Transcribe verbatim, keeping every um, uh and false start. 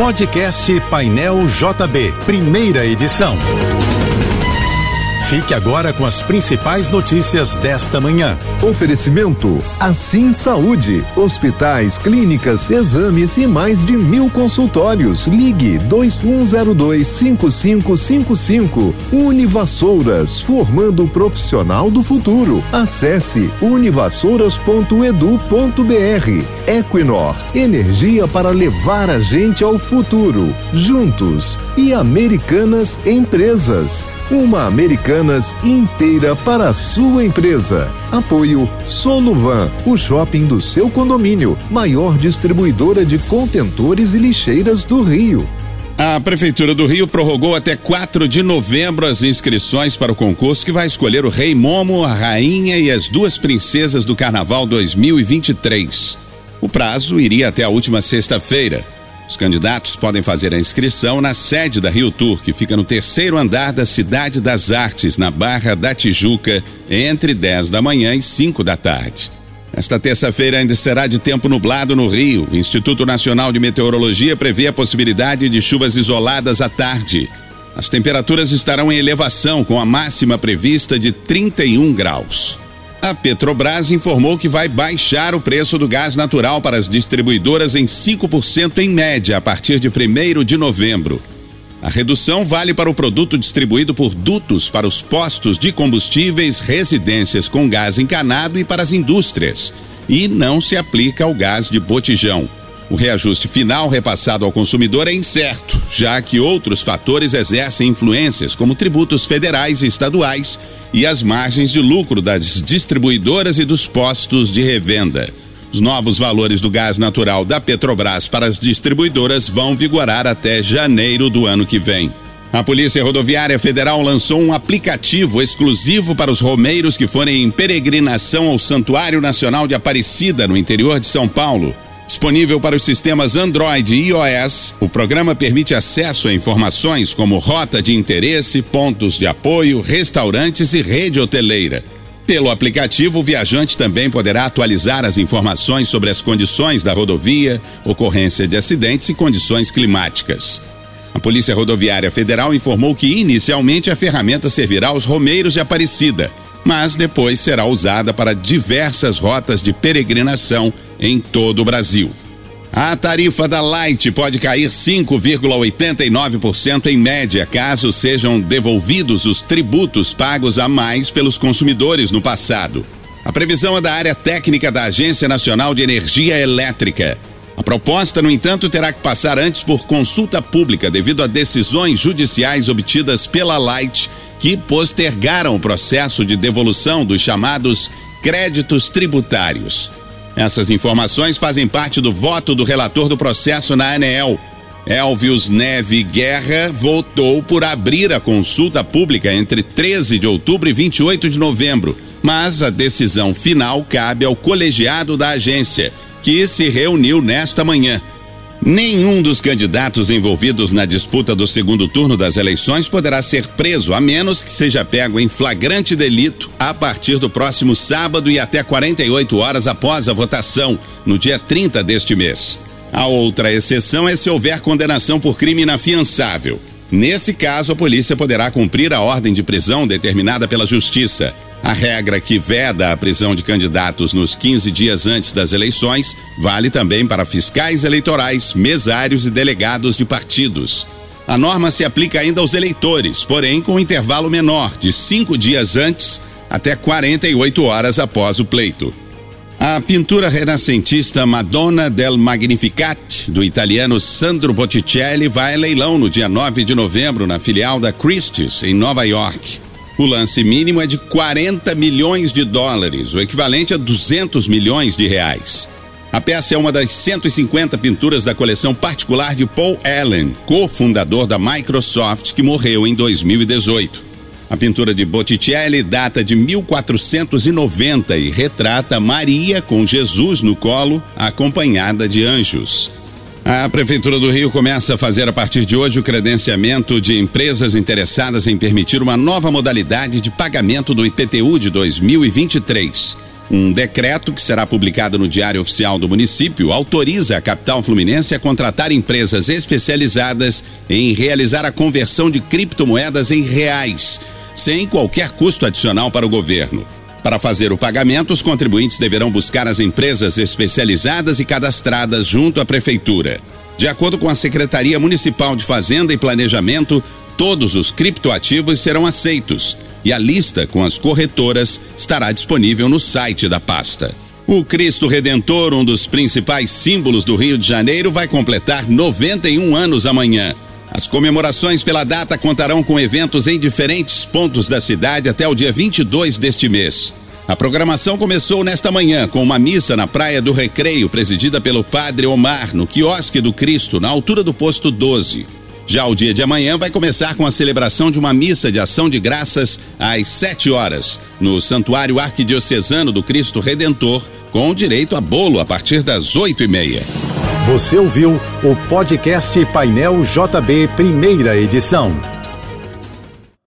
Podcast Painel J B, primeira edição. Fique agora com as principais notícias desta manhã. Oferecimento Assim Saúde, hospitais, clínicas, exames e mais de mil consultórios. Ligue dois um zero dois, cinco cinco cinco cinco. Univassouras, formando o profissional do futuro. Acesse univassouras ponto edu ponto br. Equinor, energia para levar a gente ao futuro. Juntos. E Americanas Empresas, uma Americanas inteira para a sua empresa. Apoio Soluvan, o shopping do seu condomínio, maior distribuidora de contentores e lixeiras do Rio. A Prefeitura do Rio prorrogou até quatro de novembro as inscrições para o concurso que vai escolher o Rei Momo, a Rainha e as duas princesas do Carnaval dois mil e vinte e três. O prazo iria até a última sexta-feira. Os candidatos podem fazer a inscrição na sede da Rio Tour, que fica no terceiro andar da Cidade das Artes, na Barra da Tijuca, entre dez da manhã e cinco da tarde. Esta terça-feira ainda será de tempo nublado no Rio. O Instituto Nacional de Meteorologia prevê a possibilidade de chuvas isoladas à tarde. As temperaturas estarão em elevação, com a máxima prevista de trinta e um graus. A Petrobras informou que vai baixar o preço do gás natural para as distribuidoras em cinco por cento em média a partir de primeiro de novembro. A redução vale para o produto distribuído por dutos para os postos de combustíveis, residências com gás encanado e para as indústrias, e não se aplica ao gás de botijão. O reajuste final repassado ao consumidor é incerto, já que outros fatores exercem influências, como tributos federais e estaduais e as margens de lucro das distribuidoras e dos postos de revenda. Os novos valores do gás natural da Petrobras para as distribuidoras vão vigorar até janeiro do ano que vem. A Polícia Rodoviária Federal lançou um aplicativo exclusivo para os romeiros que forem em peregrinação ao Santuário Nacional de Aparecida, no interior de São Paulo. Disponível para os sistemas Android e iOS, o programa permite acesso a informações como rota de interesse, pontos de apoio, restaurantes e rede hoteleira. Pelo aplicativo, o viajante também poderá atualizar as informações sobre as condições da rodovia, ocorrência de acidentes e condições climáticas. A Polícia Rodoviária Federal informou que inicialmente a ferramenta servirá aos romeiros de Aparecida, mas depois será usada para diversas rotas de peregrinação em todo o Brasil. A tarifa da Light pode cair cinco vírgula oitenta e nove por cento em média, caso sejam devolvidos os tributos pagos a mais pelos consumidores no passado. A previsão é da área técnica da Agência Nacional de Energia Elétrica. A proposta, no entanto, terá que passar antes por consulta pública devido a decisões judiciais obtidas pela Light que postergaram o processo de devolução dos chamados créditos tributários. Essas informações fazem parte do voto do relator do processo na ANEEL. Elvius Neve Guerra votou por abrir a consulta pública entre treze de outubro e vinte e oito de novembro, mas a decisão final cabe ao colegiado da agência, que se reuniu nesta manhã. Nenhum dos candidatos envolvidos na disputa do segundo turno das eleições poderá ser preso, a menos que seja pego em flagrante delito a partir do próximo sábado e até quarenta e oito horas após a votação, no dia trinta deste mês. A outra exceção é se houver condenação por crime inafiançável. Nesse caso, a polícia poderá cumprir a ordem de prisão determinada pela Justiça. A regra que veda a prisão de candidatos nos quinze dias antes das eleições vale também para fiscais eleitorais, mesários e delegados de partidos. A norma se aplica ainda aos eleitores, porém com um intervalo menor, de cinco dias antes até quarenta e oito horas após o pleito. A pintura renascentista Madonna del Magnificat, do italiano Sandro Botticelli, vai a leilão no dia nove de novembro na filial da Christie's, em Nova York. O lance mínimo é de quarenta milhões de dólares, o equivalente a duzentos milhões de reais. A peça é uma das cento e cinquenta pinturas da coleção particular de Paul Allen, cofundador da Microsoft, que morreu em dois mil e dezoito. A pintura de Botticelli data de mil quatrocentos e noventa e retrata Maria com Jesus no colo, acompanhada de anjos. A Prefeitura do Rio começa a fazer a partir de hoje o credenciamento de empresas interessadas em permitir uma nova modalidade de pagamento do I P T U de dois mil e vinte e três. Um decreto que será publicado no Diário Oficial do município autoriza a capital fluminense a contratar empresas especializadas em realizar a conversão de criptomoedas em reais, sem qualquer custo adicional para o governo. Para fazer o pagamento, os contribuintes deverão buscar as empresas especializadas e cadastradas junto à prefeitura. De acordo com a Secretaria Municipal de Fazenda e Planejamento, todos os criptoativos serão aceitos e a lista com as corretoras estará disponível no site da pasta. O Cristo Redentor, um dos principais símbolos do Rio de Janeiro, vai completar noventa e um anos amanhã. As comemorações pela data contarão com eventos em diferentes pontos da cidade até o dia vinte e dois deste mês. A programação começou nesta manhã com uma missa na Praia do Recreio, presidida pelo Padre Omar, no quiosque do Cristo, na altura do posto doze. Já o dia de amanhã vai começar com a celebração de uma missa de ação de graças às sete horas, no Santuário Arquidiocesano do Cristo Redentor, com direito a bolo a partir das oito e meia. Você ouviu o podcast Painel J B, primeira edição.